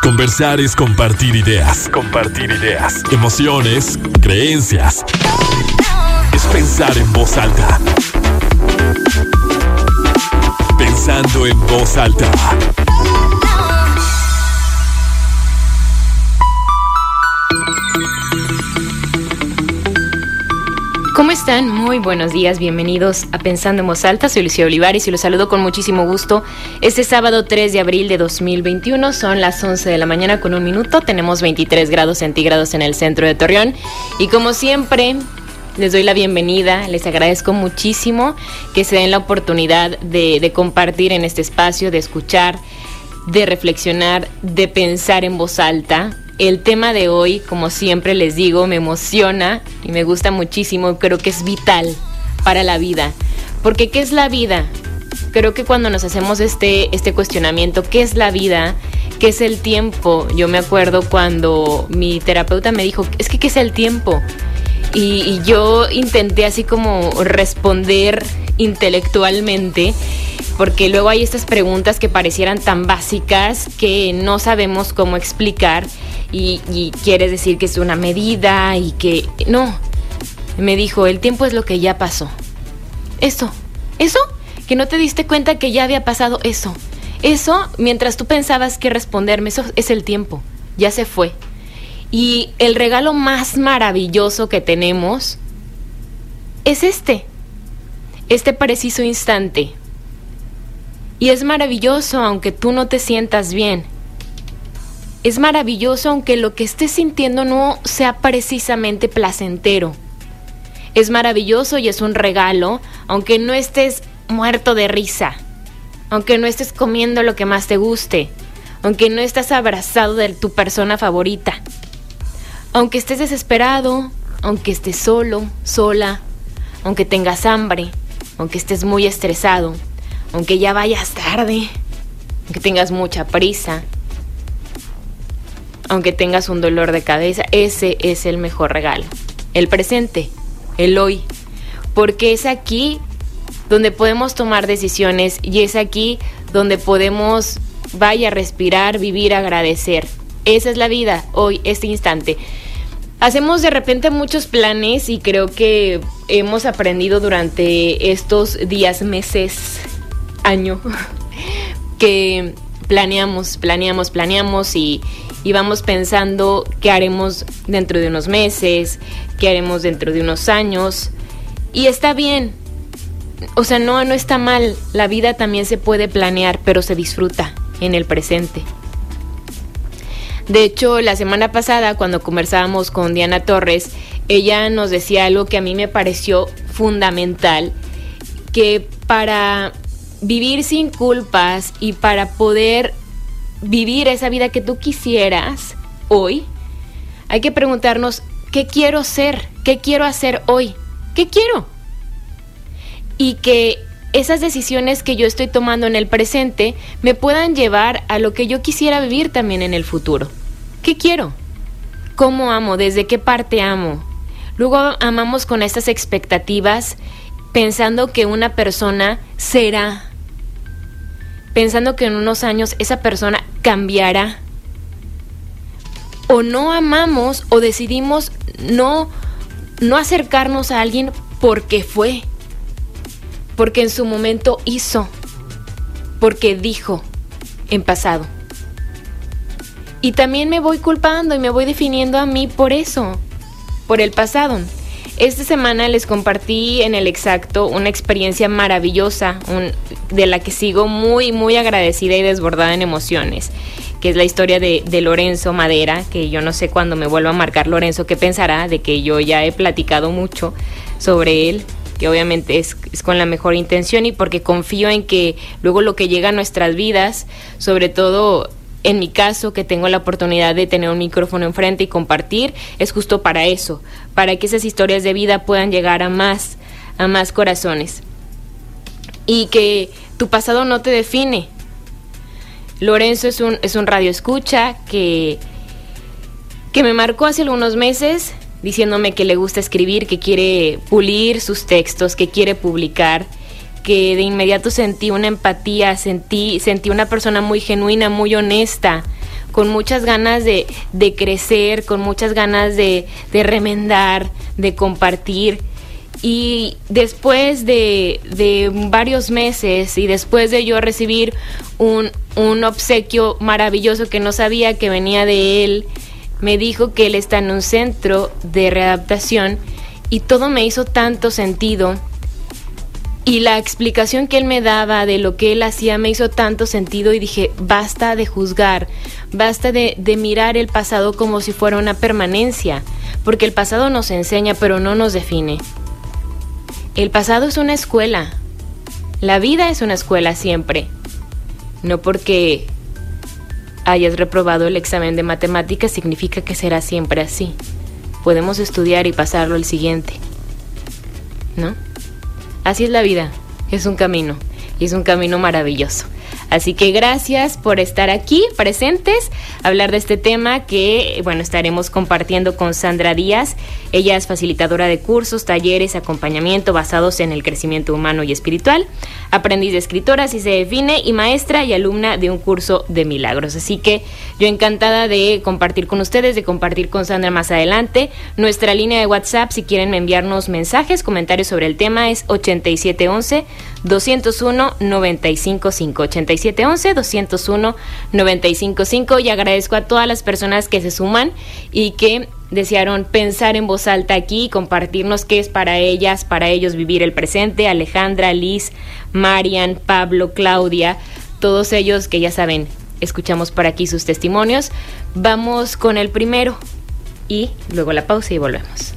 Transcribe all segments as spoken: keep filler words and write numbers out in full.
Conversar es compartir ideas. Compartir ideas. Emociones, creencias. Es pensar en voz alta. Pensando en voz alta. ¿Cómo están? Muy buenos días, bienvenidos a Pensando en Voz Alta. Soy Lucía Olivares y los saludo con muchísimo gusto. Este sábado tres de abril de dos mil veintiuno, son las once de la mañana con un minuto. Tenemos veintitrés grados centígrados en el centro de Torreón. Y como siempre, les doy la bienvenida. Les agradezco muchísimo que se den la oportunidad de, de compartir en este espacio, de escuchar, de reflexionar, de pensar en voz alta. El tema de hoy, como siempre les digo, me emociona y me gusta muchísimo. Creo que es vital para la vida. Porque ¿qué es la vida? Creo que cuando nos hacemos este, este cuestionamiento, ¿qué es la vida? ¿Qué es el tiempo? Yo me acuerdo cuando mi terapeuta me dijo, es que ¿qué es el tiempo? Y, y yo intenté así como responder intelectualmente, porque luego hay estas preguntas que parecieran tan básicas que no sabemos cómo explicar. Y, y quieres decir que es una medida y que... No, me dijo, el tiempo es lo que ya pasó. Eso, eso, que no te diste cuenta que ya había pasado eso. Eso, mientras tú pensabas que responderme, eso es el tiempo, ya se fue. Y el regalo más maravilloso que tenemos es este, este preciso instante. Y es maravilloso aunque tú no te sientas bien. Es maravilloso aunque lo que estés sintiendo no sea precisamente placentero. Es maravilloso y es un regalo aunque no estés muerto de risa, aunque no estés comiendo lo que más te guste, aunque no estés abrazado de tu persona favorita, aunque estés desesperado, aunque estés solo, sola, aunque tengas hambre, aunque estés muy estresado, aunque ya vayas tarde, aunque tengas mucha prisa, aunque tengas un dolor de cabeza. Ese es el mejor regalo, el presente, el hoy, porque es aquí donde podemos tomar decisiones y es aquí donde podemos, vaya, respirar, vivir, agradecer. Esa es la vida, hoy, este instante. Hacemos de repente muchos planes y creo que hemos aprendido durante estos días, meses, año, que planeamos, planeamos, planeamos y Y vamos pensando qué haremos dentro de unos meses, qué haremos dentro de unos años. Y está bien. O sea, no, no está mal. La vida también se puede planear, pero se disfruta en el presente. De hecho, la semana pasada, cuando conversábamos con Diana Torres, ella nos decía algo que a mí me pareció fundamental, que para vivir sin culpas y para poder vivir esa vida que tú quisieras hoy, hay que preguntarnos, ¿qué quiero ser? ¿Qué quiero hacer hoy? ¿Qué quiero? Y que esas decisiones que yo estoy tomando en el presente me puedan llevar a lo que yo quisiera vivir también en el futuro. ¿Qué quiero? ¿Cómo amo? ¿Desde qué parte amo? Luego amamos con estas expectativas, pensando que una persona será, pensando que en unos años esa persona cambiará. O no amamos o decidimos no, no acercarnos a alguien porque fue, porque en su momento hizo, porque dijo en pasado. Y también me voy culpando y me voy definiendo a mí por eso, por el pasado. Esta semana les compartí en El Exacto una experiencia maravillosa, un, de la que sigo muy, muy agradecida y desbordada en emociones, que es la historia de, de Lorenzo Madera, que yo no sé cuándo me vuelva a marcar Lorenzo qué pensará de que yo ya he platicado mucho sobre él, que obviamente es, es con la mejor intención y porque confío en que luego lo que llega a nuestras vidas, sobre todo en mi caso, que tengo la oportunidad de tener un micrófono enfrente y compartir, es justo para eso, para que esas historias de vida puedan llegar a más, a más corazones. Y que tu pasado no te define. Lorenzo es un, es un radioescucha que, que me marcó hace algunos meses diciéndome que le gusta escribir, que quiere pulir sus textos, que quiere publicar, que de inmediato sentí una empatía, sentí, sentí una persona muy genuina, muy honesta, con muchas ganas de, de crecer, con muchas ganas de, de remendar, de compartir. Y después de, de varios meses y después de yo recibir un, un obsequio maravilloso que no sabía que venía de él, me dijo que él está en un centro de readaptación y todo me hizo tanto sentido. Y la explicación que él me daba de lo que él hacía me hizo tanto sentido y dije, basta de juzgar, basta de, de mirar el pasado como si fuera una permanencia, porque el pasado nos enseña pero no nos define. El pasado es una escuela. La vida es una escuela siempre. No porque hayas reprobado el examen de matemáticas significa que será siempre así. Podemos estudiar y pasarlo al siguiente, ¿no? Así es la vida. Es un camino. Y es un camino maravilloso. Así que gracias por estar aquí presentes, hablar de este tema que, bueno, estaremos compartiendo con Sandra Díaz. Ella es facilitadora de cursos, talleres, acompañamiento basados en el crecimiento humano y espiritual, aprendiz de escritora, así se define, y maestra y alumna de un curso de milagros. Así que yo encantada de compartir con ustedes, de compartir con Sandra más adelante. Nuestra línea de WhatsApp, si quieren enviarnos mensajes, comentarios sobre el tema, es ochenta y siete once, doscientos uno, noventa y cinco cinco, ochenta y siete once, doscientos uno, noventa y cinco cinco. Y agradezco a todas las personas que se suman y que desearon pensar en voz alta aquí y compartirnos qué es para ellas, para ellos vivir el presente. Alejandra, Liz, Marian, Pablo, Claudia, todos ellos que ya saben, escuchamos por aquí sus testimonios. Vamos con el primero y luego la pausa y volvemos.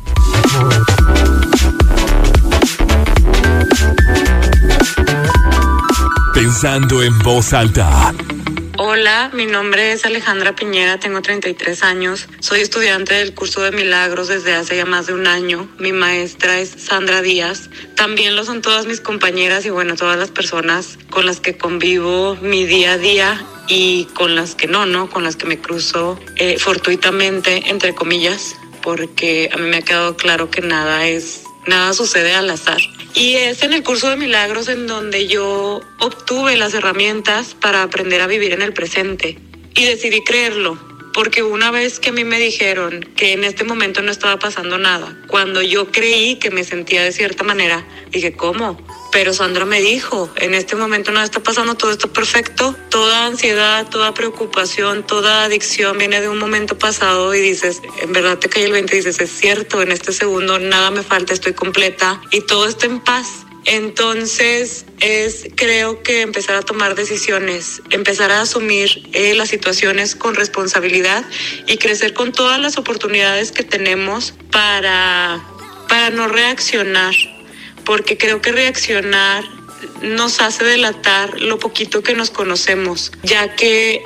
Pensando en voz alta. Hola, mi nombre es Alejandra Piñera, tengo treinta y tres años, soy estudiante del curso de milagros desde hace ya más de un año. Mi maestra es Sandra Díaz, también lo son todas mis compañeras y bueno, todas las personas con las que convivo mi día a día y con las que no, ¿no? Con las que me cruzo eh, fortuitamente, entre comillas, porque a mí me ha quedado claro que nada es, nada sucede al azar. Y es en el curso de milagros en donde yo obtuve las herramientas para aprender a vivir en el presente. Y decidí creerlo, porque una vez que a mí me dijeron que en este momento no estaba pasando nada, cuando yo creí que me sentía de cierta manera, dije, ¿cómo? Pero Sandra me dijo, en este momento nada está pasando, todo está perfecto. Toda ansiedad, toda preocupación, toda adicción viene de un momento pasado y dices, en verdad te cae el veinte y dices, es cierto, en este segundo nada me falta, estoy completa y todo está en paz. Entonces es, creo que empezar a tomar decisiones, empezar a asumir eh, las situaciones con responsabilidad y crecer con todas las oportunidades que tenemos para, para no reaccionar. Porque creo que reaccionar nos hace delatar lo poquito que nos conocemos, ya que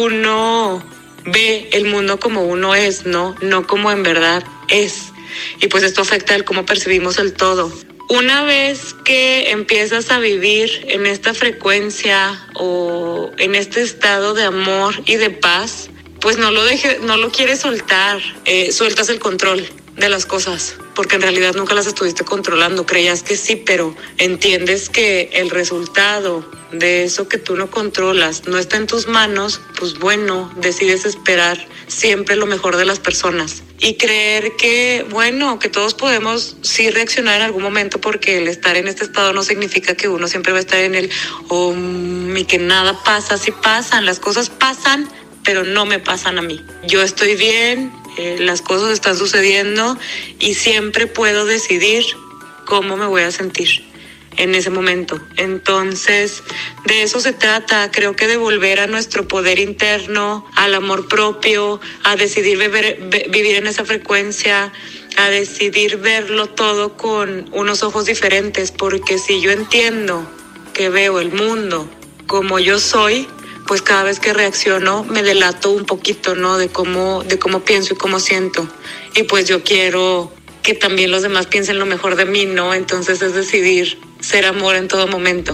uno ve el mundo como uno es, ¿no? No como en verdad es. Y pues esto afecta el cómo percibimos el todo. Una vez que empiezas a vivir en esta frecuencia o en este estado de amor y de paz, pues no lo deje, no lo quieres soltar, eh, sueltas el control de las cosas, porque en realidad nunca las estuviste controlando, creías que sí, pero entiendes que el resultado de eso que tú no controlas no está en tus manos, pues bueno, decides esperar siempre lo mejor de las personas y creer que, bueno, que todos podemos sí reaccionar en algún momento, porque el estar en este estado no significa que uno siempre va a estar en el oh, y que nada pasa, sí pasan, las cosas pasan, pero no me pasan a mí. Yo estoy bien, eh, las cosas están sucediendo y siempre puedo decidir cómo me voy a sentir en ese momento. Entonces, de eso se trata. Creo que de volver a nuestro poder interno, al amor propio, a decidir beber, be, vivir en esa frecuencia, a decidir verlo todo con unos ojos diferentes, porque si yo entiendo que veo el mundo como yo soy, pues cada vez que reacciono me delato un poquito, ¿no? De cómo, de cómo pienso y cómo siento. Y pues yo quiero que también los demás piensen lo mejor de mí, ¿no? Entonces es decidir ser amor en todo momento.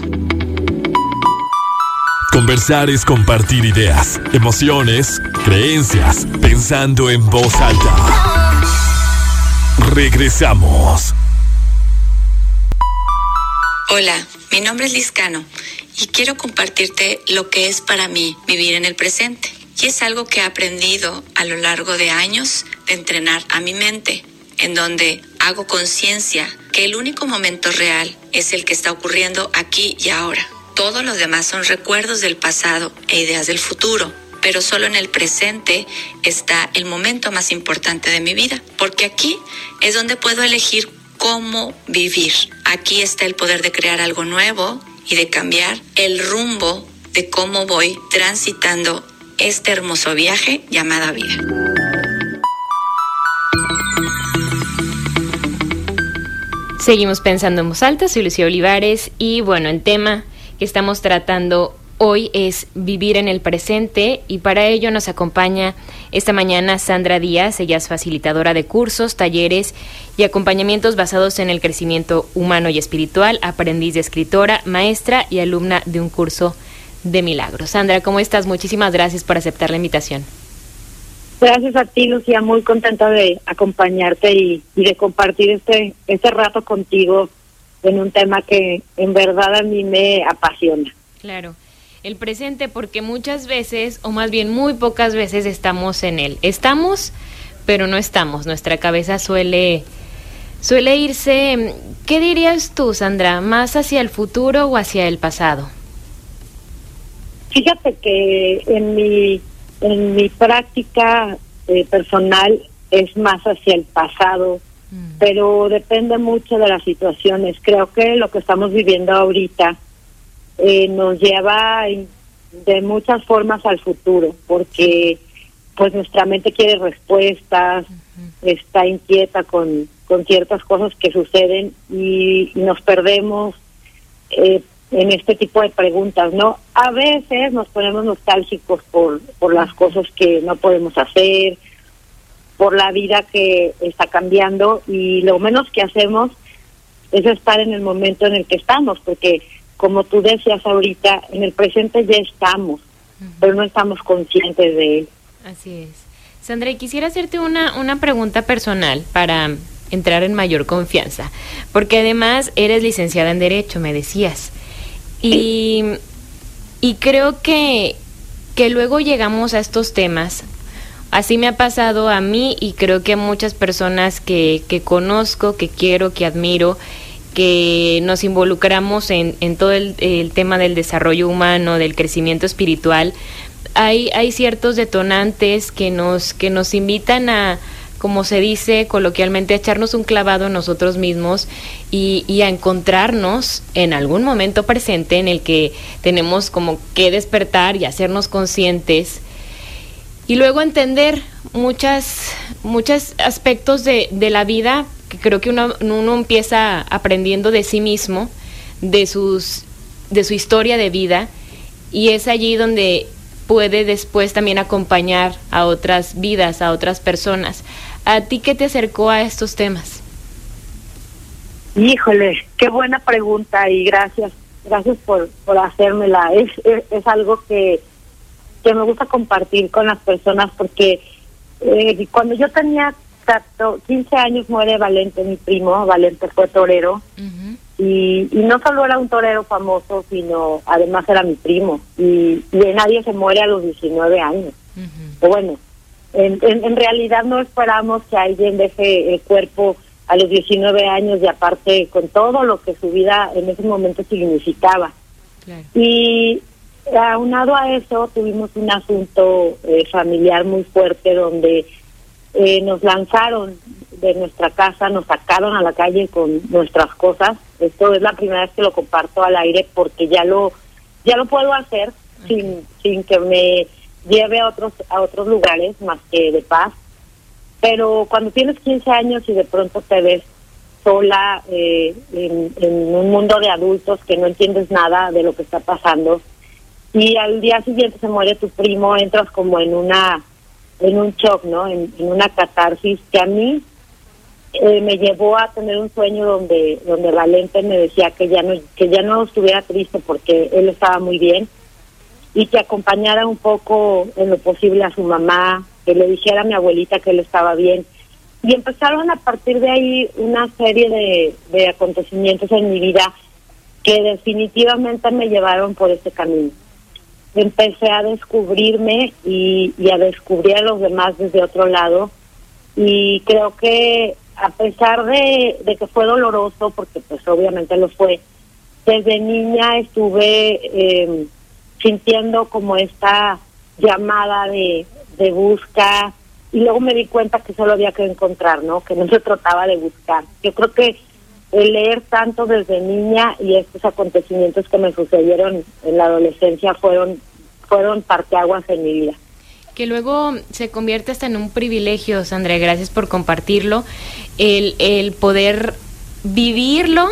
Conversar es compartir ideas, emociones, creencias, pensando en voz alta. Regresamos. Hola, mi nombre es Liz Cano y quiero compartirte lo que es para mí vivir en el presente. Y es algo que he aprendido a lo largo de años de entrenar a mi mente, en donde hago conciencia que el único momento real es el que está ocurriendo aquí y ahora. Todos los demás son recuerdos del pasado e ideas del futuro, pero solo en el presente está el momento más importante de mi vida, porque aquí es donde puedo elegir cómo vivir. Aquí está el poder de crear algo nuevo y de cambiar el rumbo de cómo voy transitando este hermoso viaje llamado vida. Seguimos pensando en voz alta, soy Lucía Olivares y bueno, el tema que estamos tratando hoy es vivir en el presente y para ello nos acompaña esta mañana Sandra Díaz. Ella es facilitadora de cursos, talleres y acompañamientos basados en el crecimiento humano y espiritual, aprendiz de escritora, maestra y alumna de un curso de milagros. Sandra, ¿cómo estás? Muchísimas gracias por aceptar la invitación. Gracias a ti, Lucía, muy contenta de acompañarte y, y de compartir este este rato contigo en un tema que en verdad a mí me apasiona. Claro, el presente, porque muchas veces, o más bien muy pocas veces estamos en él. Estamos, pero no estamos. Nuestra cabeza suele, suele irse, ¿qué dirías tú, Sandra? ¿Más hacia el futuro o hacia el pasado? Fíjate que en mi en mi práctica eh, personal es más hacia el pasado, mm. pero depende mucho de las situaciones. Creo que lo que estamos viviendo ahorita eh, nos lleva de muchas formas al futuro, porque pues nuestra mente quiere respuestas, uh-huh. está inquieta con, con ciertas cosas que suceden y, y nos perdemos eh, en este tipo de preguntas, ¿no? A veces nos ponemos nostálgicos por por las cosas que no podemos hacer, por la vida que está cambiando y lo menos que hacemos es estar en el momento en el que estamos, porque como tú decías ahorita, en el presente ya estamos, uh-huh. pero no estamos conscientes de él. Así es. Sandra, y quisiera hacerte una, una pregunta personal para entrar en mayor confianza, porque además eres licenciada en Derecho, me decías. Y, y creo que, que luego llegamos a estos temas, así me ha pasado a mí y creo que a muchas personas que, que conozco, que quiero, que admiro, que nos involucramos en, en todo el, el tema del desarrollo humano, del crecimiento espiritual. Hay, hay ciertos detonantes que nos, que nos invitan a, como se dice coloquialmente, a echarnos un clavado en nosotros mismos y, y a encontrarnos en algún momento presente en el que tenemos como que despertar y hacernos conscientes y luego entender muchas muchos aspectos de, de la vida que creo que uno, uno empieza aprendiendo de sí mismo, de sus de su historia de vida, y es allí donde puede después también acompañar a otras vidas, a otras personas. ¿A ti qué te acercó a estos temas? Híjole, qué buena pregunta y gracias, gracias por, por hacérmela. Es, es, es algo que, que me gusta compartir con las personas porque eh, cuando yo tenía quince años muere Valente, mi primo. Valente fue torero. Uh-huh. Y, y no solo era un torero famoso, sino además era mi primo. Y, y nadie se muere a los diecinueve años. Uh-huh. Pero bueno, en, en, en realidad no esperamos que alguien deje el cuerpo a los diecinueve años y aparte con todo lo que su vida en ese momento significaba. Claro. Y aunado a eso tuvimos un asunto eh, familiar muy fuerte donde eh, nos lanzaron de nuestra casa, nos sacaron a la calle con nuestras cosas. Esto es la primera vez que lo comparto al aire porque ya lo ya lo puedo hacer okay. sin sin que me lleve a otros a otros lugares más que de paz. Pero cuando tienes quince años y de pronto te ves sola eh, en, en un mundo de adultos que no entiendes nada de lo que está pasando y al día siguiente se muere tu primo, entras como en una en un shock, ¿no? En, en una catarsis que a mí eh, me llevó a tener un sueño donde donde Valente me decía que ya no que ya no estuviera triste porque él estaba muy bien y que acompañara un poco en lo posible a su mamá, que le dijera a mi abuelita que él estaba bien. Y empezaron a partir de ahí una serie de, de acontecimientos en mi vida que definitivamente me llevaron por ese camino. empecé a descubrirme y, y a descubrir a los demás desde otro lado. Y creo que a pesar de, de que fue doloroso, porque pues obviamente lo fue, desde niña estuve eh, sintiendo como esta llamada de, de busca, y luego me di cuenta que solo había que encontrar, ¿no? Que no se trataba de buscar. Yo creo que el leer tanto desde niña y estos acontecimientos que me sucedieron en la adolescencia fueron, fueron parteaguas en mi vida. Que luego se convierte hasta en un privilegio, Sandra, gracias por compartirlo, el, el poder vivirlo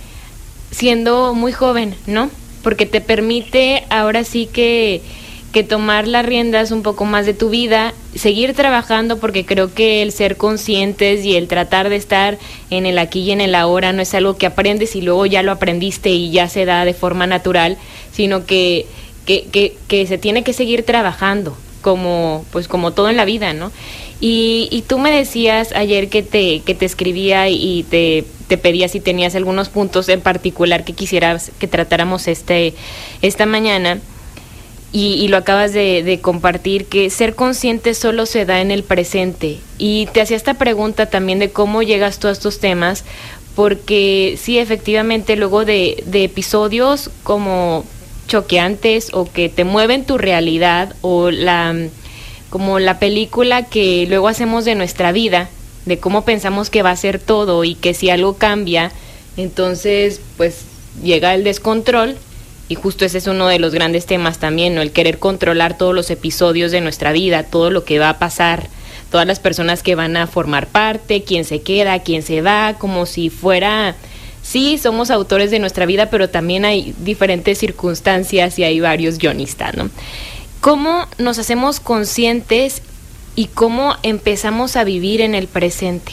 siendo muy joven, ¿no? Porque te permite ahora sí que, que tomar las riendas un poco más de tu vida, seguir trabajando, porque creo que el ser conscientes y el tratar de estar en el aquí y en el ahora no es algo que aprendes y luego ya lo aprendiste y ya se da de forma natural, sino que, que, que, que se tiene que seguir trabajando, como pues como todo en la vida, ¿no? Y, y tú me decías ayer que te que te escribía y te, te pedía si tenías algunos puntos en particular que quisieras que tratáramos este esta mañana, y, y lo acabas de, de compartir, que ser consciente solo se da en el presente. Y te hacía esta pregunta también de cómo llegas tú a estos temas, porque sí, efectivamente, luego de, de episodios como choqueantes o que te mueven tu realidad, o la como la película que luego hacemos de nuestra vida, de cómo pensamos que va a ser todo y que si algo cambia, entonces pues llega el descontrol, y justo ese es uno de los grandes temas también, ¿no? El querer controlar todos los episodios de nuestra vida, todo lo que va a pasar, todas las personas que van a formar parte, quién se queda, quién se va, como si fuera... Sí, somos autores de nuestra vida, pero también hay diferentes circunstancias y hay varios guionistas, ¿no? ¿Cómo nos hacemos conscientes y cómo empezamos a vivir en el presente?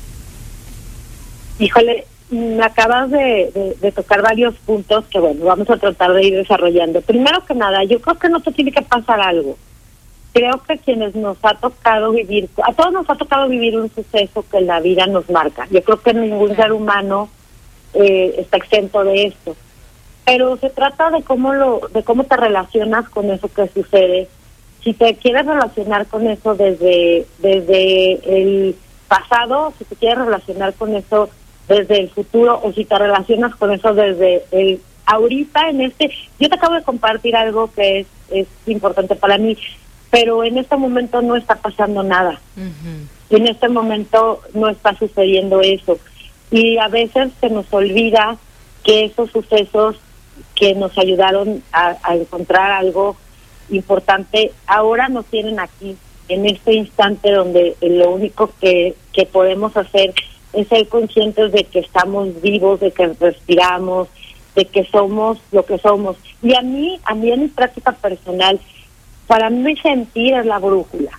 Híjole, me acabas de, de, de tocar varios puntos que, bueno, vamos a tratar de ir desarrollando. Primero que nada, yo creo que no te tiene que pasar algo. Creo que quienes nos ha tocado vivir, a todos nos ha tocado vivir un suceso que la vida nos marca. Yo creo que ningún ser humano eh, está exento de esto. Pero se trata de cómo lo, de cómo te relacionas con eso que sucede. Si te quieres relacionar con eso desde, desde el pasado, si te quieres relacionar con eso desde el futuro, o si te relacionas con eso desde el ahorita, en este, yo te acabo de compartir algo que es, es importante para mí, pero en este momento no está pasando nada. Uh-huh. En este momento no está sucediendo eso. Y a veces se nos olvida que esos sucesos que nos ayudaron a, a encontrar algo importante, ahora nos tienen aquí, en este instante donde lo único que, que podemos hacer es ser conscientes de que estamos vivos, de que respiramos, de que somos lo que somos. Y a mí, a mí en mi práctica personal, para mí sentir es la brújula.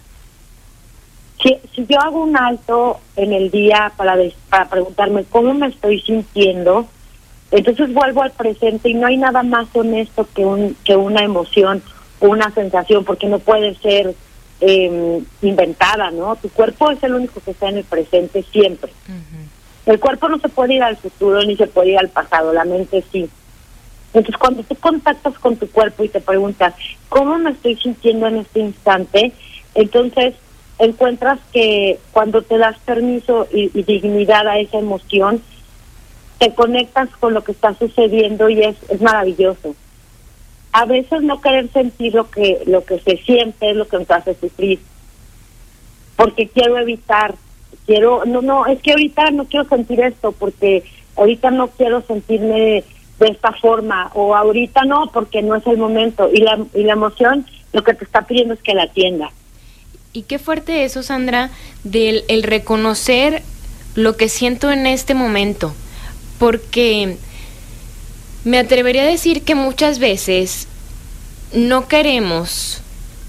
Si, si yo hago un alto en el día para, des, para preguntarme cómo me estoy sintiendo, entonces vuelvo al presente, y no hay nada más honesto que un que una emoción o una sensación, porque no puede ser eh, inventada, ¿no? Tu cuerpo es el único que está en el presente siempre. Uh-huh. El cuerpo no se puede ir al futuro ni se puede ir al pasado, la mente sí. Entonces, cuando tú contactas con tu cuerpo y te preguntas ¿cómo me estoy sintiendo en este instante?, entonces encuentras que cuando te das permiso y, y dignidad a esa emoción, te conectas con lo que está sucediendo, y es, es maravilloso. A veces no querer sentir lo que lo que se siente es lo que nos hace sufrir, porque quiero evitar, quiero, no, no, es que ahorita no quiero sentir esto, porque ahorita no quiero sentirme de esta forma, o ahorita no, porque no es el momento, y la, y la emoción lo que te está pidiendo es que la atienda. Y qué fuerte eso, Sandra, del el reconocer lo que siento en este momento, porque me atrevería a decir que muchas veces no queremos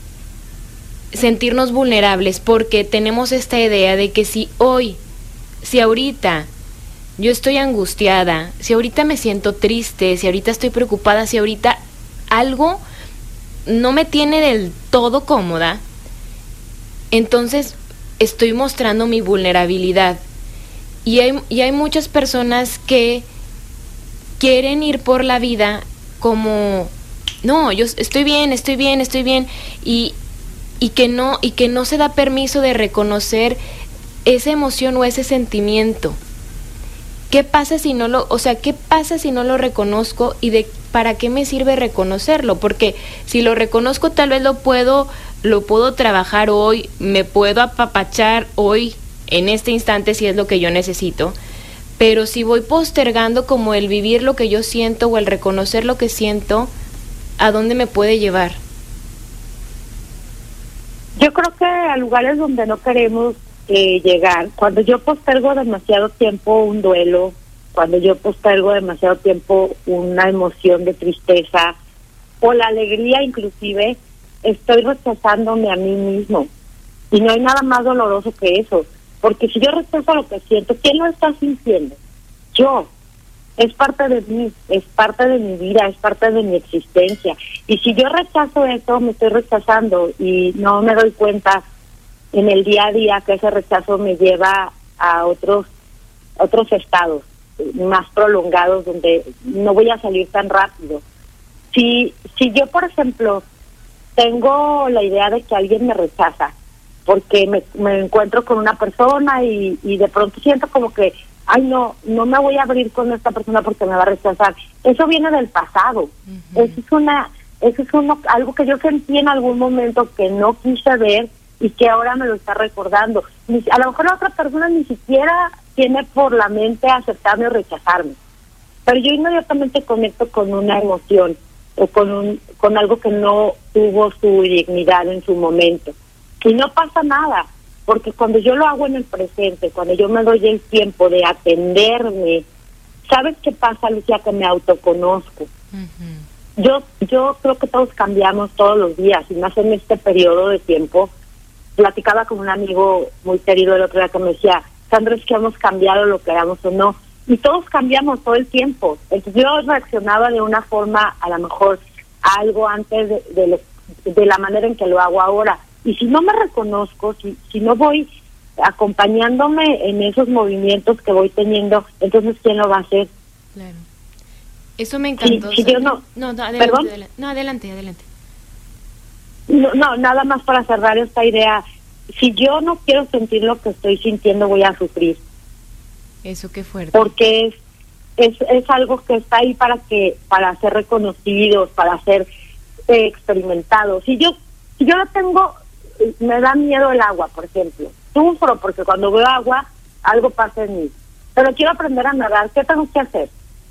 sentirnos vulnerables, porque tenemos esta idea de que si hoy, si ahorita yo estoy angustiada, si ahorita me siento triste, si ahorita estoy preocupada, si ahorita algo no me tiene del todo cómoda, entonces estoy mostrando mi vulnerabilidad. Y hay, y hay muchas personas que quieren ir por la vida como no, yo estoy bien, estoy bien, estoy bien, y, y que no, y que no se da permiso de reconocer esa emoción o ese sentimiento. ¿Qué pasa si no lo, o sea, qué pasa si no lo reconozco y de para qué me sirve reconocerlo? Porque si lo reconozco tal vez lo puedo, lo puedo trabajar hoy, me puedo apapachar hoy, en este instante si es lo que yo necesito. Pero si voy postergando como el vivir lo que yo siento o el reconocer lo que siento, ¿a dónde me puede llevar? Yo creo que a lugares donde no queremos eh, llegar. Cuando yo postergo demasiado tiempo un duelo, cuando yo postergo demasiado tiempo una emoción de tristeza o la alegría inclusive, estoy rechazándome a mí mismo. Y no hay nada más doloroso que eso. Porque si yo rechazo lo que siento, ¿quién lo está sintiendo? Yo. Es parte de mí, es parte de mi vida, es parte de mi existencia. Y si yo rechazo eso, me estoy rechazando y no me doy cuenta en el día a día que ese rechazo me lleva a otros otros estados más prolongados donde no voy a salir tan rápido. Si, si yo, por ejemplo, tengo la idea de que alguien me rechaza, porque me, me encuentro con una persona y, y de pronto siento como que, ay no, no me voy a abrir con esta persona porque me va a rechazar. Eso viene del pasado. Uh-huh. Eso es una, eso es uno, algo que yo sentí en algún momento que no quise ver y que ahora me lo está recordando. A lo mejor la otra persona ni siquiera tiene por la mente aceptarme o rechazarme, pero yo inmediatamente conecto con una emoción o con un, con algo que no tuvo su dignidad en su momento. Y no pasa nada, porque cuando yo lo hago en el presente, cuando yo me doy el tiempo de atenderme, ¿sabes qué pasa, Lucía? Que me autoconozco. Uh-huh. Yo yo creo que todos cambiamos todos los días, y más en este periodo de tiempo. Platicaba con un amigo muy querido el otro día que me decía, Sandra, es que hemos cambiado, lo queramos o no, y todos cambiamos todo el tiempo. Entonces yo reaccionaba de una forma, a lo mejor, a algo antes de, de, lo, de la manera en que lo hago ahora. Y si no me reconozco, si, si no voy acompañándome en esos movimientos que voy teniendo, entonces ¿quién lo va a hacer? Claro. Eso me encantó. Si, si yo no, no, no, adelante, ¿perdón? Adelante, no, adelante, adelante. No, no, nada más para cerrar esta idea. Si yo no quiero sentir lo que estoy sintiendo, voy a sufrir. Eso, qué fuerte. Porque es, es, es algo que está ahí para que, para ser reconocidos, para ser eh, experimentados. Si yo, si yo no tengo, me da miedo el agua, por ejemplo. Sufro porque cuando veo agua, algo pasa en mí. Pero quiero aprender a nadar. ¿Qué tengo que hacer?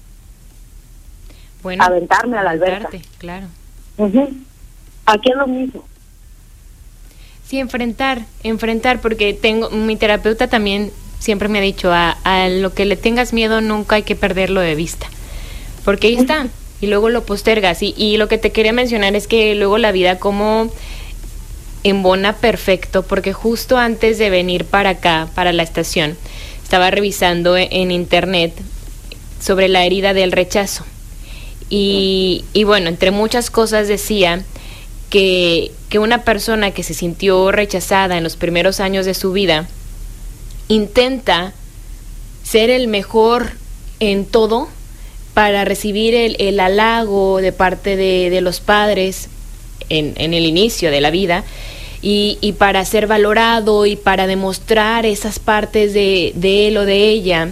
Bueno, aventarme a la alberca. Claro. Uh-huh. Aquí es lo mismo. Sí, enfrentar, enfrentar, porque tengo, mi terapeuta también siempre me ha dicho, a, a lo que le tengas miedo nunca hay que perderlo de vista, porque ahí está, y luego lo postergas, y, y lo que te quería mencionar es que luego la vida como embona perfecto, porque justo antes de venir para acá, para la estación, estaba revisando en internet sobre la herida del rechazo, y, y bueno, entre muchas cosas decía que, que una persona que se sintió rechazada en los primeros años de su vida intenta ser el mejor en todo para recibir el, el halago de parte de, de los padres en, en el inicio de la vida y, y para ser valorado y para demostrar esas partes de, de él o de ella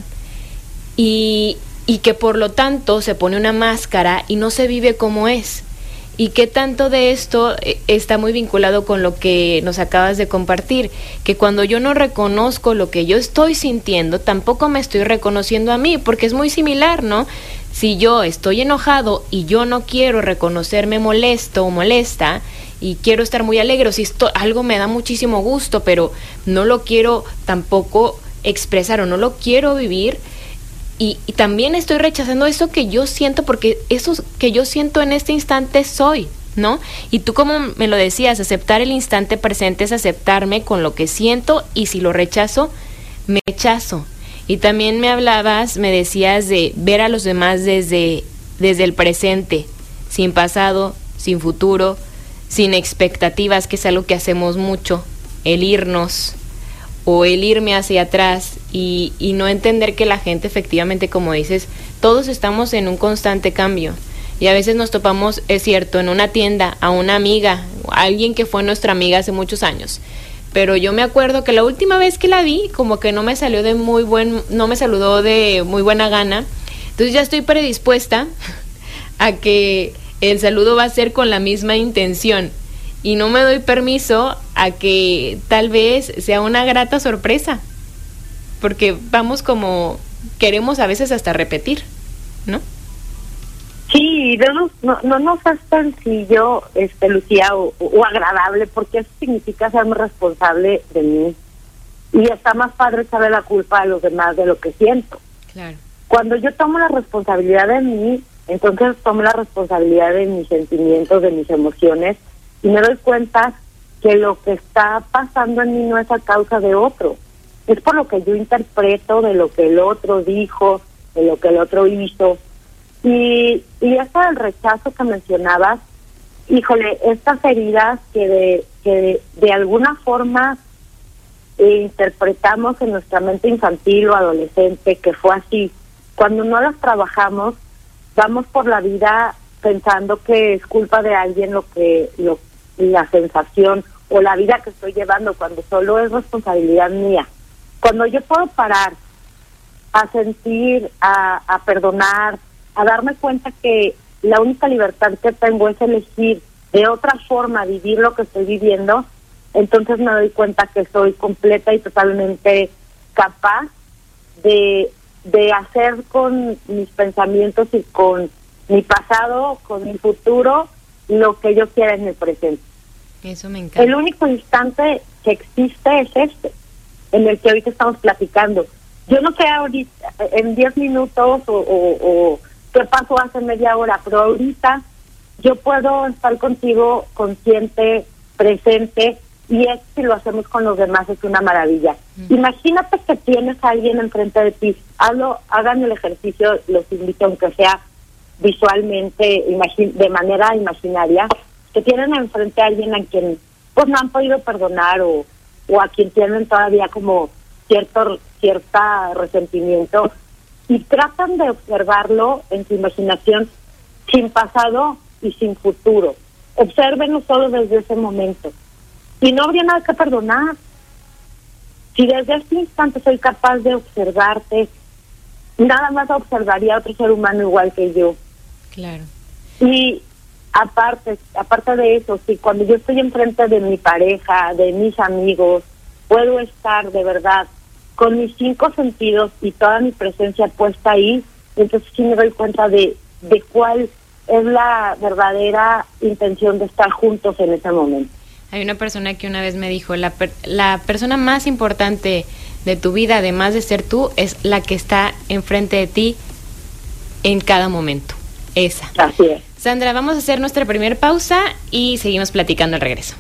y, y que por lo tanto se pone una máscara y no se vive como es. Y que tanto de esto está muy vinculado con lo que nos acabas de compartir, que cuando yo no reconozco lo que yo estoy sintiendo, tampoco me estoy reconociendo a mí, porque es muy similar, ¿no? Si yo estoy enojado y yo no quiero reconocerme molesto o molesta y quiero estar muy alegre, o si esto, algo me da muchísimo gusto, pero no lo quiero tampoco expresar o no lo quiero vivir, Y, y también estoy rechazando eso que yo siento, porque eso que yo siento en este instante soy, ¿no? Y tú, como me lo decías, aceptar el instante presente es aceptarme con lo que siento, y si lo rechazo, me rechazo. Y también me hablabas, me decías de ver a los demás desde, desde el presente, sin pasado, sin futuro, sin expectativas, que es algo que hacemos mucho, el irnos o el irme hacia atrás y, y no entender que la gente, efectivamente, como dices, todos estamos en un constante cambio. Y a veces nos topamos, es cierto, en una tienda a una amiga, a alguien que fue nuestra amiga hace muchos años. Pero yo me acuerdo que la última vez que la vi, como que no me salió de muy buen, no me saludó de muy buena gana. Entonces ya estoy predispuesta a que el saludo va a ser con la misma intención. Y no me doy permiso a que tal vez sea una grata sorpresa. Porque vamos como, queremos a veces hasta repetir, ¿no? Sí, no, no, no nos es tan sencillo, este, Lucía, o, o agradable, porque eso significa serme responsable de mí. Y está más padre echarle la culpa a los demás de lo que siento. Claro. Cuando yo tomo la responsabilidad de mí, entonces tomo la responsabilidad de mis sentimientos, de mis emociones, y me doy cuenta que lo que está pasando en mí no es a causa de otro. Es por lo que yo interpreto de lo que el otro dijo, de lo que el otro hizo. Y, y eso del rechazo que mencionabas, híjole, estas heridas que de, que de, de alguna forma eh, interpretamos en nuestra mente infantil o adolescente, que fue así, cuando no las trabajamos, vamos por la vida pensando que es culpa de alguien lo que lo, la sensación o la vida que estoy llevando, cuando solo es responsabilidad mía. Cuando yo puedo parar a sentir, a, a perdonar, a darme cuenta que la única libertad que tengo es elegir de otra forma vivir lo que estoy viviendo, entonces me doy cuenta que soy completa y totalmente capaz de, de hacer con mis pensamientos y con mi pasado, con mi futuro, lo que yo quiera en el presente. Eso me encanta. El único instante que existe es este, en el que ahorita estamos platicando. Yo no sé ahorita, en diez minutos o, o, o qué pasó hace media hora, pero ahorita yo puedo estar contigo consciente, presente, y es si lo hacemos con los demás es una maravilla. Mm. Imagínate que tienes a alguien enfrente de ti. Hablo, hagan el ejercicio, los invito, aunque sea visualmente, imagi- de manera imaginaria, que tienen enfrente a alguien a quien pues no han podido perdonar o, o a quien tienen todavía como cierto cierta resentimiento, y tratan de observarlo en su imaginación sin pasado y sin futuro. Obsérvenlo solo desde ese momento. Y no habría nada que perdonar. Si desde este instante soy capaz de observarte, nada más observaría a otro ser humano igual que yo. Claro. Y aparte, aparte de eso, si cuando yo estoy enfrente de mi pareja, de mis amigos, puedo estar de verdad con mis cinco sentidos y toda mi presencia puesta ahí, entonces sí me doy cuenta de, de cuál es la verdadera intención de estar juntos en ese momento. Hay una persona que una vez me dijo, la, per- la persona más importante de tu vida, además de ser tú, es la que está enfrente de ti en cada momento. Esa. Así es. Sandra, vamos a hacer nuestra primera pausa y seguimos platicando al regreso.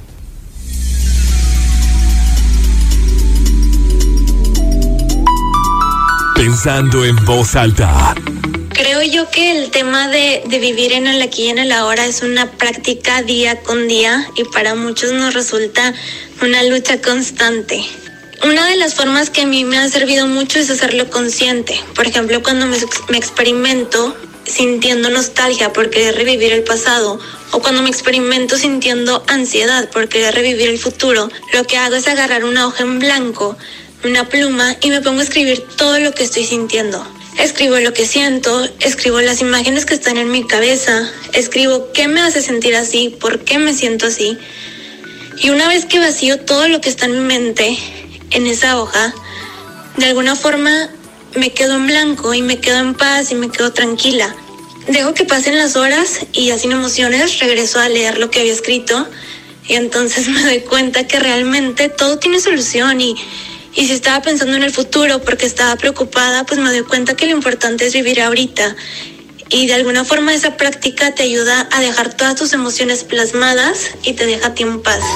Pensando en voz alta. Creo yo que el tema de, de vivir en el aquí y en el ahora es una práctica día con día y para muchos nos resulta una lucha constante. Una de las formas que a mí me ha servido mucho es hacerlo consciente. Por ejemplo, cuando me, me experimento sintiendo nostalgia por querer revivir el pasado o cuando me experimento sintiendo ansiedad por querer revivir el futuro, lo que hago es agarrar una hoja en blanco, una pluma y me pongo a escribir todo lo que estoy sintiendo. Escribo lo que siento, escribo las imágenes que están en mi cabeza, escribo qué me hace sentir así, por qué me siento así. Y una vez que vacío todo lo que está en mi mente en esa hoja, de alguna forma me quedo en blanco y me quedo en paz y me quedo tranquila. Dejo que pasen las horas y ya sin emociones regreso a leer lo que había escrito y entonces me doy cuenta que realmente todo tiene solución y, y si estaba pensando en el futuro porque estaba preocupada, pues me doy cuenta que lo importante es vivir ahorita. Y de alguna forma esa práctica te ayuda a dejar todas tus emociones plasmadas y te deja a ti en paz.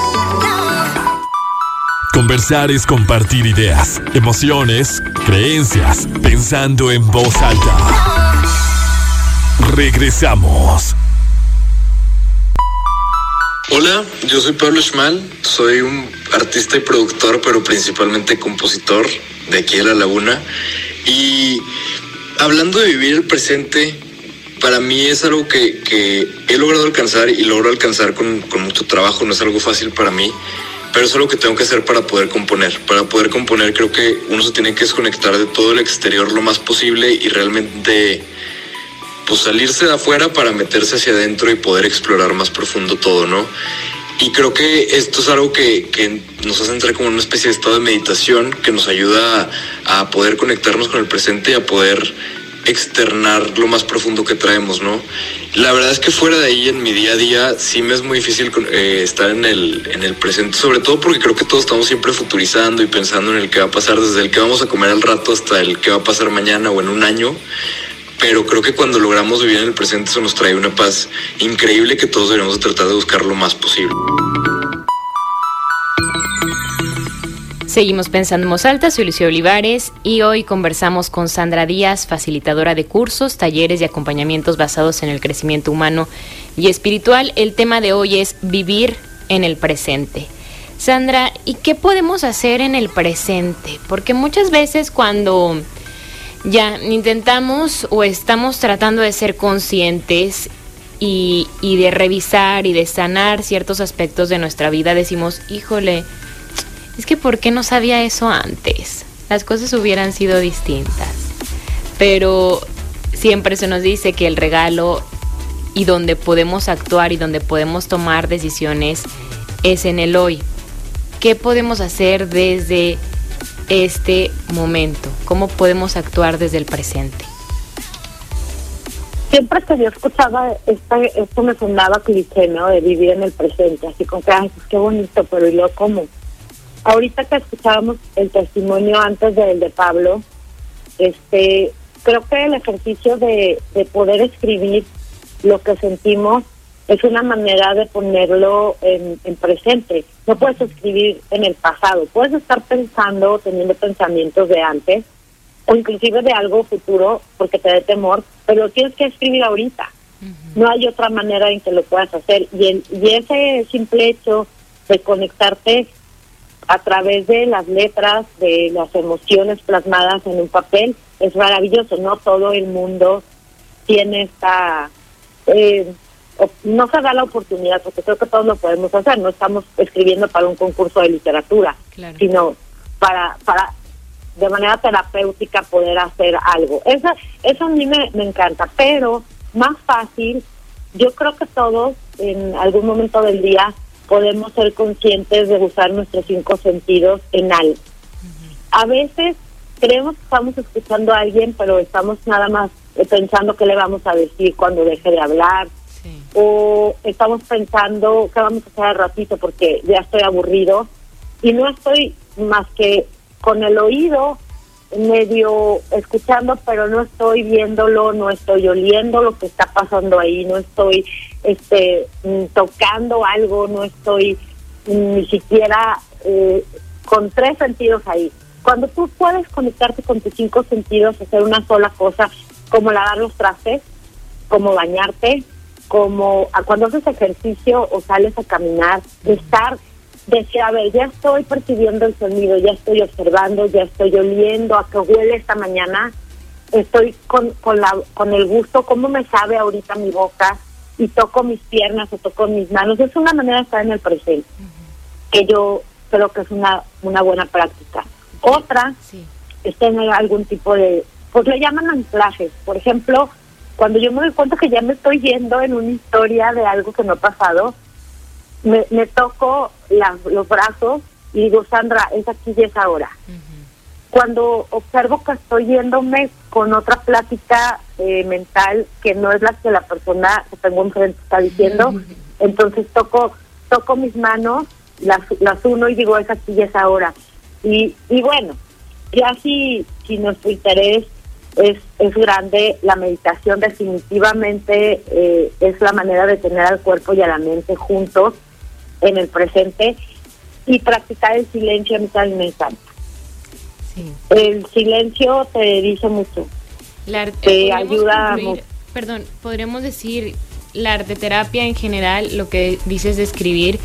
Conversar es compartir ideas, emociones, creencias, pensando en voz alta. Regresamos. Hola, yo soy Pablo Schmal, soy un artista y productor, pero principalmente compositor de aquí de La Laguna. Y hablando de vivir el presente, para mí es algo que, que he logrado alcanzar y logro alcanzar con, con mucho trabajo. No es algo fácil para mí, pero es algo que tengo que hacer para poder componer. Para poder componer creo que uno se tiene que desconectar de todo el exterior lo más posible y realmente pues salirse de afuera para meterse hacia adentro y poder explorar más profundo todo, ¿no? Y creo que esto es algo que, que nos hace entrar como en una especie de estado de meditación que nos ayuda a, a poder conectarnos con el presente y a poder externar lo más profundo que traemos, ¿no? La verdad es que fuera de ahí, en mi día a día, sí me es muy difícil eh, estar en el, en el presente, sobre todo porque creo que todos estamos siempre futurizando y pensando en el que va a pasar, desde el que vamos a comer al rato hasta el que va a pasar mañana o en un año. Pero creo que cuando logramos vivir en el presente, eso nos trae una paz increíble que todos deberíamos tratar de buscar lo más posible. Seguimos pensando en voz alta, soy Lucía Olivares y hoy conversamos con Sandra Díaz, facilitadora de cursos, talleres y acompañamientos basados en el crecimiento humano y espiritual. El tema de hoy es vivir en el presente. Sandra, ¿y qué podemos hacer en el presente? Porque muchas veces cuando ya intentamos o estamos tratando de ser conscientes y, y de revisar y de sanar ciertos aspectos de nuestra vida, decimos, híjole, es que ¿por qué no sabía eso antes? Las cosas hubieran sido distintas. Pero siempre se nos dice que el regalo y donde podemos actuar y donde podemos tomar decisiones es en el hoy. ¿Qué podemos hacer desde este momento? ¿Cómo podemos actuar desde el presente? Siempre que yo escuchaba esta, esto me sonaba cliché, ¿no? De vivir en el presente, así como que, ay, pues qué bonito, pero ¿y luego cómo? Ahorita que escuchábamos el testimonio antes del de Pablo, este, creo que el ejercicio de, de poder escribir lo que sentimos es una manera de ponerlo en, en presente. No puedes escribir en el pasado, puedes estar pensando, teniendo pensamientos de antes, o inclusive de algo futuro, porque te dé temor, pero tienes que escribir ahorita. Uh-huh. No hay otra manera en que lo puedas hacer. Y, el, y ese simple hecho de conectarte a través de las letras, de las emociones plasmadas en un papel, es maravilloso. No todo el mundo tiene esta... Eh, no se da la oportunidad, porque creo que todos lo podemos hacer. No estamos escribiendo para un concurso de literatura, claro, sino para para de manera terapéutica poder hacer algo. Eso, eso a mí me, me encanta, pero más fácil, yo creo que todos en algún momento del día podemos ser conscientes de usar nuestros cinco sentidos en algo. Uh-huh. A veces creemos que estamos escuchando a alguien, pero estamos nada más pensando qué le vamos a decir cuando deje de hablar. Sí. O estamos pensando qué vamos a hacer al ratito porque ya estoy aburrido y no estoy más que con el oído medio escuchando, pero no estoy viéndolo, no estoy oliendo lo que está pasando ahí, no estoy este tocando algo, no estoy ni siquiera eh, con tres sentidos ahí. Cuando tú puedes conectarte con tus cinco sentidos, hacer una sola cosa, como lavar los trastes, como bañarte, como a cuando haces ejercicio o sales a caminar, estar, decir, a ver, ya estoy percibiendo el sonido, ya estoy observando, ya estoy oliendo a qué huele esta mañana, estoy con con la con el gusto, cómo me sabe ahorita mi boca, y toco mis piernas o toco mis manos. Es una manera de estar en el presente, uh-huh, que yo creo que es una una buena práctica. Otra sí, es tener algún tipo de, pues le llaman anclajes. Por ejemplo, cuando yo me doy cuenta que ya me estoy yendo en una historia de algo que me ha pasado, me, me toco la, los brazos y digo, Sandra, es aquí y es ahora. Uh-huh. Cuando observo que estoy yéndome con otra plática eh, mental que no es la que la persona que tengo enfrente está diciendo, uh-huh, entonces toco toco mis manos, las, las uno y digo, es aquí y es ahora. Y, y bueno, ya si, si nuestro interés Es, es grande, la meditación definitivamente eh, es la manera de tener al cuerpo y a la mente juntos en el presente, y practicar el silencio a mí también me encanta. Sí. El silencio te dice mucho, la, te ayuda concluir, perdón, podríamos decir la arteterapia en general, lo que dices de escribir,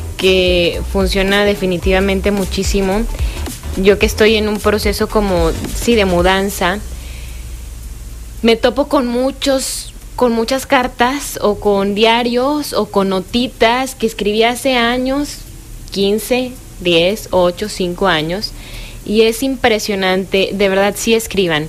que funciona definitivamente muchísimo. Yo que estoy en un proceso como, sí, de mudanza, me topo con muchos con muchas cartas o con diarios o con notitas que escribí hace años, quince, diez, ocho, cinco años, y es impresionante, de verdad, sí escriban,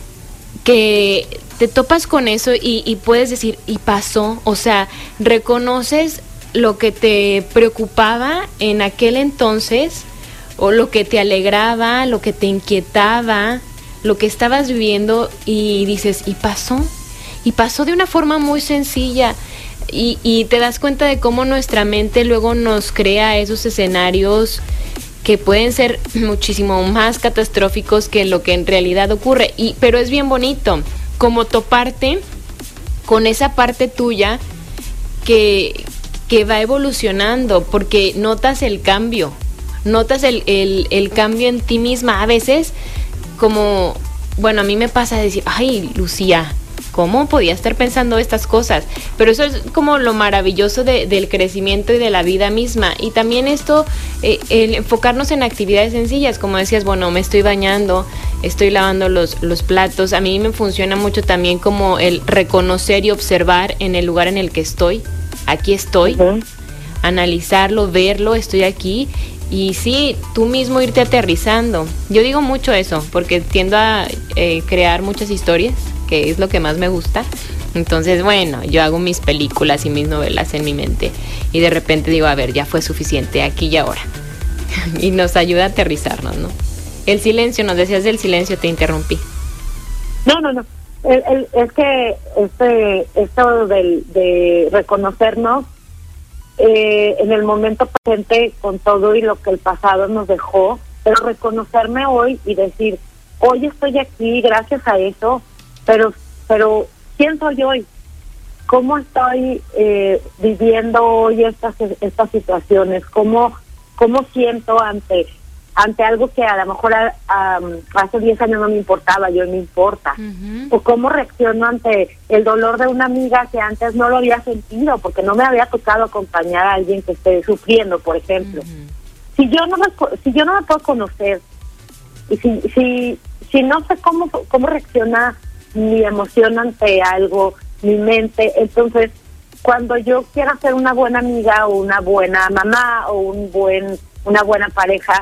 que te topas con eso y, y puedes decir, y pasó, o sea, reconoces lo que te preocupaba en aquel entonces, o lo que te alegraba, lo que te inquietaba, lo que estabas viviendo, y dices, y pasó, y pasó de una forma muy sencilla, y, y te das cuenta de cómo nuestra mente luego nos crea esos escenarios que pueden ser muchísimo más catastróficos que lo que en realidad ocurre, y pero es bien bonito como toparte con esa parte tuya que, que va evolucionando, porque notas el cambio, notas el, el, el cambio en ti misma. A veces, como, bueno, a mí me pasa decir, ay, Lucía, ¿cómo podía estar pensando estas cosas? Pero eso es como lo maravilloso de, del crecimiento y de la vida misma. Y también esto, eh, el enfocarnos en actividades sencillas, como decías, bueno, me estoy bañando, estoy lavando los, los platos. A mí me funciona mucho también como el reconocer y observar en el lugar en el que estoy. Aquí estoy, uh-huh. Analizarlo, verlo, estoy aquí. Y sí, tú mismo irte aterrizando. Yo digo mucho eso, porque tiendo a eh, crear muchas historias, que es lo que más me gusta. Entonces, bueno, yo hago mis películas y mis novelas en mi mente, y de repente digo, a ver, ya fue suficiente, aquí y ahora. Y nos ayuda a aterrizarnos, ¿no? El silencio, nos decías del silencio, te interrumpí. No, no, no. El, el, es que este, esto del, de reconocernos eh, en el momento presente con todo y lo que el pasado nos dejó, pero reconocerme hoy y decir, hoy estoy aquí gracias a eso, pero pero ¿quién soy hoy? ¿Cómo estoy eh, viviendo hoy estas estas situaciones? ¿Cómo cómo siento ante ante algo que a lo mejor um, hace diez años no me importaba, y hoy me importa? Uh-huh. O cómo reacciono ante el dolor de una amiga que antes no lo había sentido, porque no me había tocado acompañar a alguien que esté sufriendo, por ejemplo. Uh-huh. Si yo no me si yo no me puedo conocer, y si si si no sé cómo cómo reacciona mi emoción ante algo, mi mente, entonces cuando yo quiera ser una buena amiga o una buena mamá o un buen una buena pareja,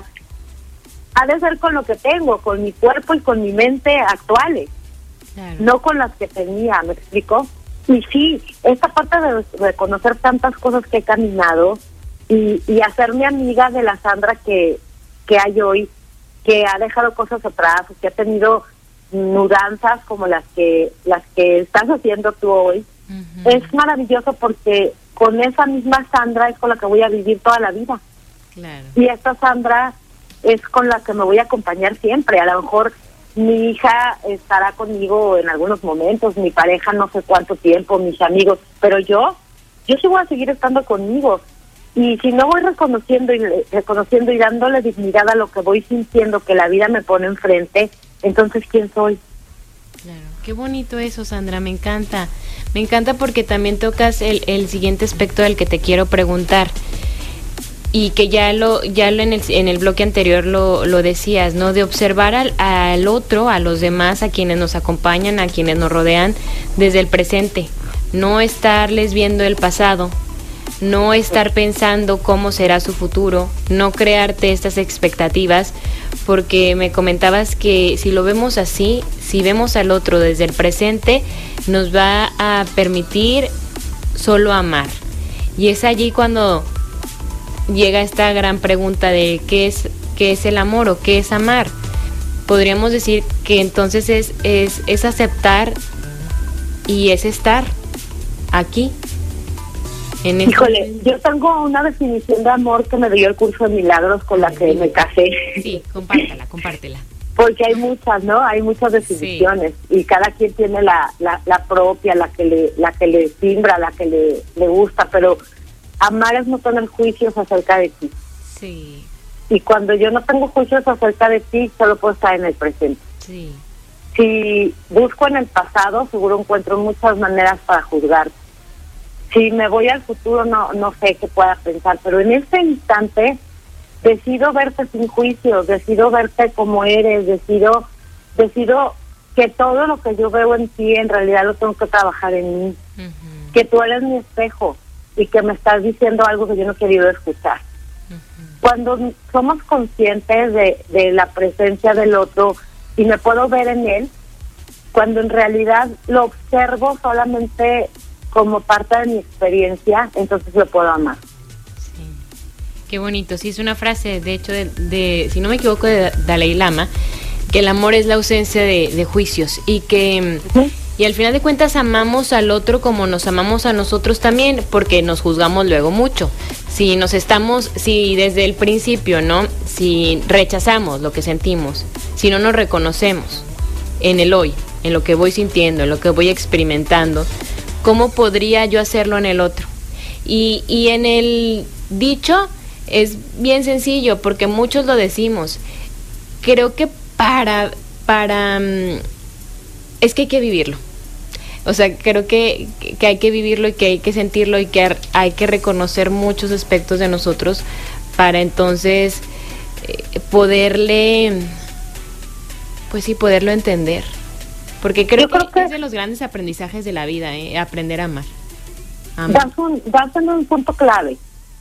ha de ser con lo que tengo, con mi cuerpo y con mi mente actuales, claro. No con las que tenía, ¿me explico? Y sí, esta parte de reconocer tantas cosas que he caminado y, y hacerme amiga de la Sandra que, que hay hoy, que ha dejado cosas atrás, que ha tenido mudanzas como las que las que estás haciendo tú hoy, uh-huh. Es maravilloso, porque con esa misma Sandra es con la que voy a vivir toda la vida. Claro. Y esta Sandra es con la que me voy a acompañar siempre. A lo mejor mi hija estará conmigo en algunos momentos, mi pareja no sé cuánto tiempo, mis amigos, pero yo, yo sí voy a seguir estando conmigo. Y si no voy reconociendo y reconociendo y dándole dignidad a lo que voy sintiendo que la vida me pone enfrente, entonces ¿quién soy? Claro, qué bonito eso, Sandra, me encanta. Me encanta porque también tocas el, el siguiente aspecto del que te quiero preguntar. Y que ya lo ya lo en el en el bloque anterior lo, lo decías, ¿no? De observar al, al otro, a los demás, a quienes nos acompañan, a quienes nos rodean desde el presente. No estarles viendo el pasado, no estar pensando cómo será su futuro, no crearte estas expectativas, porque me comentabas que si lo vemos así, si vemos al otro desde el presente, nos va a permitir solo amar. Y es allí cuando llega esta gran pregunta de qué es qué es el amor o qué es amar. Podríamos decir que entonces es es es aceptar y es estar aquí. En este Híjole, momento. Yo tengo una definición de amor que me dio el curso de milagros con la que me casé. Sí, compártela, compártela. Porque hay muchas, ¿no? Hay muchas definiciones, sí. Y cada quien tiene la, la la propia, la que le la que le simbra, la que le le gusta, pero amar es no tener juicios acerca de ti. Sí. Y cuando yo no tengo juicios acerca de ti, solo puedo estar en el presente. Sí. Si busco en el pasado, seguro encuentro muchas maneras para juzgar. Si me voy al futuro, no no sé qué pueda pensar, pero en este instante decido verte sin juicios, decido verte como eres, decido decido que todo lo que yo veo en ti en realidad lo tengo que trabajar en mí, uh-huh. que tú eres mi espejo y que me estás diciendo algo que yo no he querido escuchar. Uh-huh. Cuando somos conscientes de, de la presencia del otro y me puedo ver en él, cuando en realidad lo observo solamente como parte de mi experiencia, entonces lo puedo amar. Sí, qué bonito. Sí, es una frase, de hecho, de, de si no me equivoco, de Dalai Lama, que el amor es la ausencia de, de juicios y que uh-huh. y al final de cuentas amamos al otro como nos amamos a nosotros también, porque nos juzgamos luego mucho. Si nos estamos, si desde el principio, ¿no? Si rechazamos lo que sentimos, si no nos reconocemos en el hoy, en lo que voy sintiendo, en lo que voy experimentando, ¿cómo podría yo hacerlo en el otro? Y, y en el dicho es bien sencillo, porque muchos lo decimos. Creo que para, para, es que hay que vivirlo. O sea, creo que, que hay que vivirlo y que hay que sentirlo y que hay que reconocer muchos aspectos de nosotros para entonces eh, poderle, pues sí, poderlo entender. Porque creo, creo que, que es de los grandes aprendizajes de la vida, ¿eh? Aprender a amar. amar. Das, un, das en un punto clave.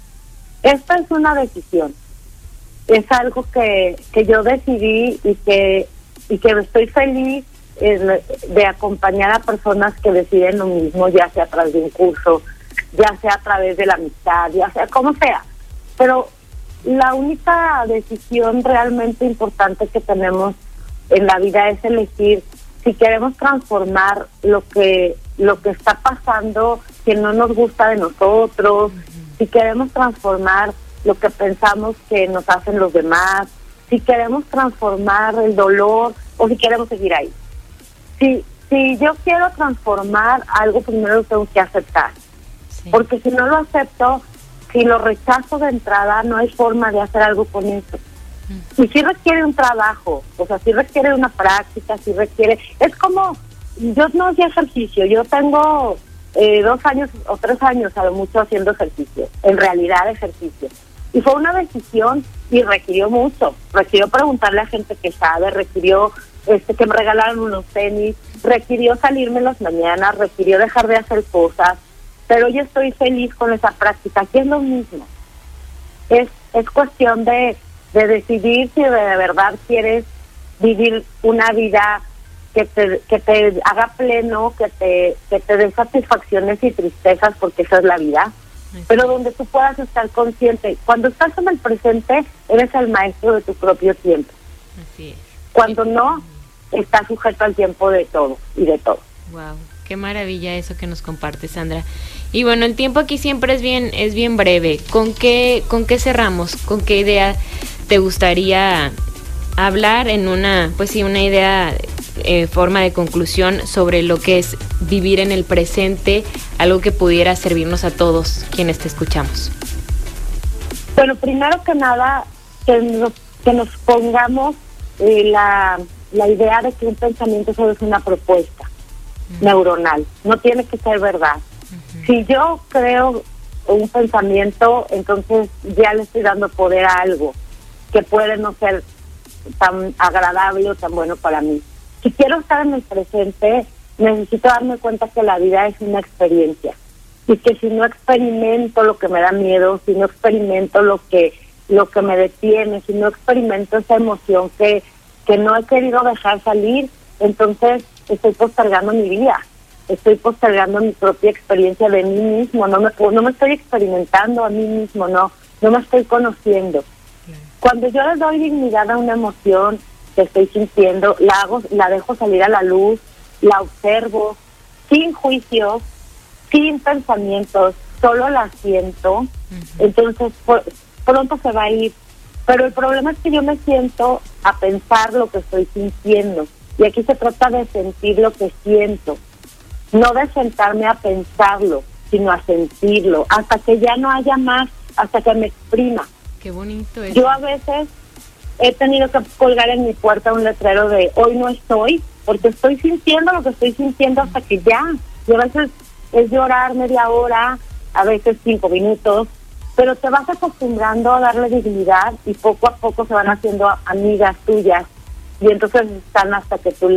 Esta es una decisión. Es algo que, que yo decidí y que, y que estoy feliz eh, de acompañar a personas que deciden lo mismo, ya sea a través de un curso, ya sea a través de la amistad, ya sea como sea. Pero la única decisión realmente importante que tenemos en la vida es elegir si queremos transformar lo que lo que está pasando que no nos gusta de nosotros, uh-huh. si queremos transformar lo que pensamos que nos hacen los demás, si queremos transformar el dolor o si queremos seguir ahí. Si, si yo quiero transformar algo, primero lo tengo que aceptar. Sí. Porque si no lo acepto, si lo rechazo de entrada, no hay forma de hacer algo con eso. Y sí requiere un trabajo, o sea, sí requiere una práctica, sí requiere... Es como, yo no hacía ejercicio, yo tengo eh, dos años o tres años a lo mucho haciendo ejercicio, en realidad ejercicio. Y fue una decisión y requirió mucho, requirió preguntarle a gente que sabe, requirió este que me regalaran unos tenis, requirió salirme en las mañanas, requirió dejar de hacer cosas, pero yo estoy feliz con esa práctica, que es lo mismo. Es, es cuestión de... de decidir si de verdad quieres vivir una vida que te que te haga pleno, que te que te dé satisfacciones y tristezas, porque esa es la vida, okay. Pero donde tú puedas estar consciente. Cuando estás en el presente, eres el maestro de tu propio tiempo. Así es. Cuando no, estás sujeto al tiempo de todo y de todo. Wow, qué maravilla eso que nos comparte, Sandra. Y bueno, el tiempo aquí siempre es bien es bien breve. ¿Con qué con qué cerramos? ¿Con qué idea te gustaría hablar en una, pues sí, una idea, eh, forma de conclusión sobre lo que es vivir en el presente, algo que pudiera servirnos a todos quienes te escuchamos? Bueno, primero que nada, que nos, que nos pongamos eh, la, la idea de que un pensamiento solo es una propuesta uh-huh. neuronal, no tiene que ser verdad. Uh-huh. Si yo creo un pensamiento, entonces ya le estoy dando poder a algo que puede no ser tan agradable o tan bueno para mí. Si quiero estar en el presente, necesito darme cuenta que la vida es una experiencia y que si no experimento lo que me da miedo, si no experimento lo que lo que me detiene, si no experimento esa emoción que, que no he querido dejar salir, entonces estoy postergando mi vida, estoy postergando mi propia experiencia de mí mismo, no me, no me estoy experimentando a mí mismo, no, no me estoy conociendo. Cuando yo le doy dignidad a una emoción que estoy sintiendo, la hago, la dejo salir a la luz, la observo, sin juicios, sin pensamientos, solo la siento, uh-huh. entonces por, pronto se va a ir. Pero el problema es que yo me siento a pensar lo que estoy sintiendo, y aquí se trata de sentir lo que siento, no de sentarme a pensarlo, sino a sentirlo, hasta que ya no haya más, hasta que me exprima. Qué bonito eso. Yo a veces he tenido que colgar en mi puerta un letrero de hoy no estoy, porque estoy sintiendo lo que estoy sintiendo hasta que ya. Y a veces es llorar media hora, a veces cinco minutos, pero te vas acostumbrando a darle dignidad y poco a poco se van haciendo amigas tuyas y entonces están hasta que tú les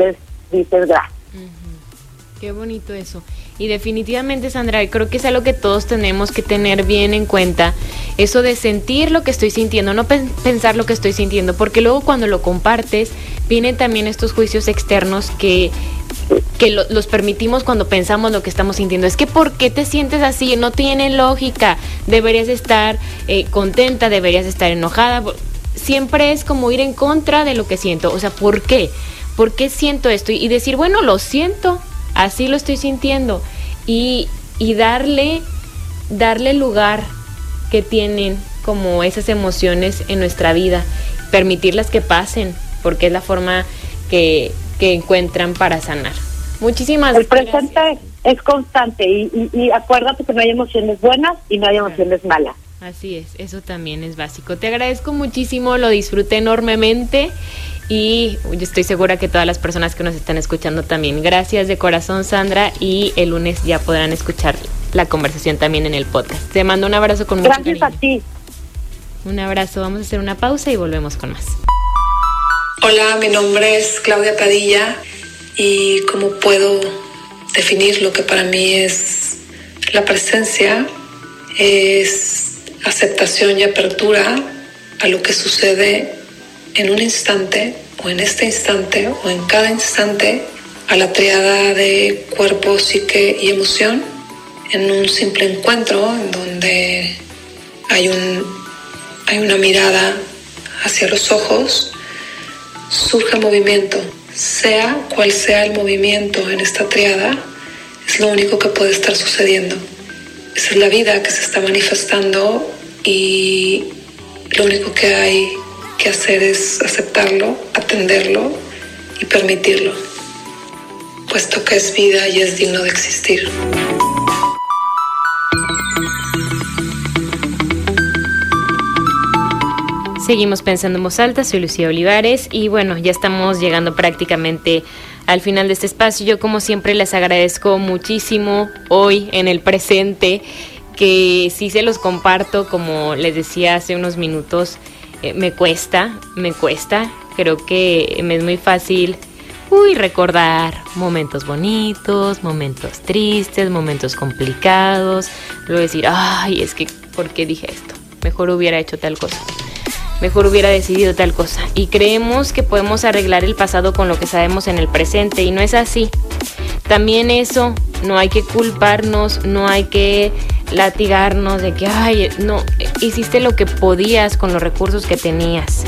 dices gracias. Uh-huh. Qué bonito eso. Y definitivamente, Sandra, creo que es algo que todos tenemos que tener bien en cuenta, eso de sentir lo que estoy sintiendo, no pen- pensar lo que estoy sintiendo, porque luego cuando lo compartes, vienen también estos juicios externos que, que lo, los permitimos cuando pensamos lo que estamos sintiendo. Es que ¿por qué te sientes así? No tiene lógica, deberías estar eh, contenta, deberías estar enojada. Siempre es como ir en contra de lo que siento. O sea, ¿por qué? ¿Por qué siento esto? Y decir, bueno, lo siento, así lo estoy sintiendo, y, y darle, darle lugar que tienen como esas emociones en nuestra vida, permitirlas que pasen, porque es la forma que, que encuentran para sanar. Muchísimas El gracias. presente es constante y, y, y acuérdate que no hay emociones buenas y no hay emociones malas. Así es, eso también es básico. Te agradezco muchísimo, lo disfruté enormemente. Y yo estoy segura que todas las personas que nos están escuchando también. Gracias de corazón, Sandra, y el lunes ya podrán escuchar la conversación también en el podcast. Te mando un abrazo con mucho cariño. Gracias a ti. Un abrazo, vamos a hacer una pausa y volvemos con más. Hola, mi nombre es Claudia Padilla y cómo puedo definir lo que para mí es la presencia es aceptación y apertura a lo que sucede en un instante, o en este instante, o en cada instante, a la triada de cuerpo, psique y emoción, en un simple encuentro en donde hay, un, hay una mirada hacia los ojos, surge movimiento. Sea cual sea el movimiento en esta triada, es lo único que puede estar sucediendo. Esa es la vida que se está manifestando y lo único que hay que hacer es aceptarlo, atenderlo y permitirlo, puesto que es vida y es digno de existir. Seguimos pensando en voz alta, soy Lucía Olivares y bueno, ya estamos llegando prácticamente al final de este espacio. Yo como siempre les agradezco muchísimo hoy en el presente, que sí se los comparto, como les decía hace unos minutos. Eh, me cuesta, me cuesta, creo que me es muy fácil uy, recordar momentos bonitos, momentos tristes, momentos complicados, luego decir, ay, es que, ¿por qué dije esto? Mejor hubiera hecho tal cosa, mejor hubiera decidido tal cosa, y creemos que podemos arreglar el pasado con lo que sabemos en el presente, y no es así. También eso, no hay que culparnos, no hay que latigarnos de que, ay, no, hiciste lo que podías con los recursos que tenías.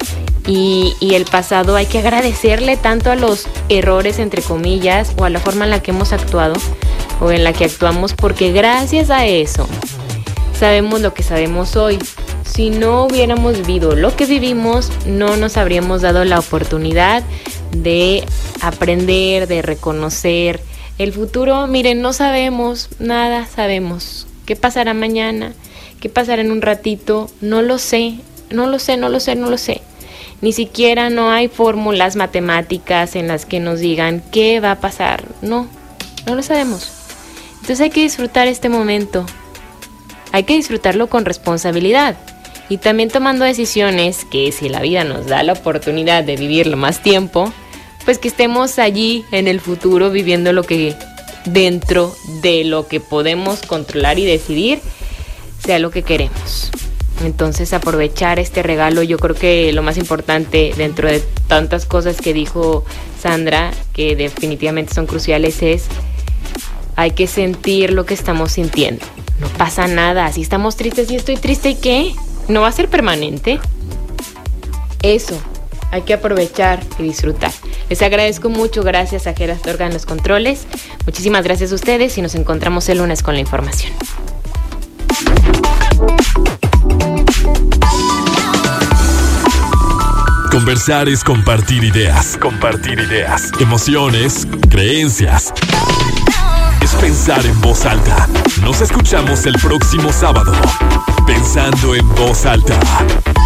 Y, y el pasado hay que agradecerle tanto a los errores, entre comillas, o a la forma en la que hemos actuado, o en la que actuamos, porque gracias a eso sabemos lo que sabemos hoy. Si no hubiéramos vivido lo que vivimos, no nos habríamos dado la oportunidad de aprender, de reconocer el futuro. Miren, no sabemos, nada sabemos. ¿Qué pasará mañana? ¿Qué pasará en un ratito? No lo sé, no lo sé, no lo sé, no lo sé. Ni siquiera no hay fórmulas matemáticas en las que nos digan qué va a pasar. No, no lo sabemos. Entonces hay que disfrutar este momento. Hay que disfrutarlo con responsabilidad. Y también tomando decisiones que, si la vida nos da la oportunidad de vivirlo más tiempo, pues que estemos allí en el futuro viviendo lo que dentro de lo que podemos controlar y decidir sea lo que queremos. Entonces aprovechar este regalo, yo creo que lo más importante dentro de tantas cosas que dijo Sandra, que definitivamente son cruciales, es hay que sentir lo que estamos sintiendo. No pasa nada, si estamos tristes y estoy triste, ¿y qué? ¿No va a ser permanente? Eso, hay que aprovechar y disfrutar. Les agradezco mucho, gracias a Geras Torga en los controles. Muchísimas gracias a ustedes y nos encontramos el lunes con la información. Conversar es compartir ideas, compartir ideas, emociones, creencias. Es pensar en voz alta. Nos escuchamos el próximo sábado. Pensando en voz alta.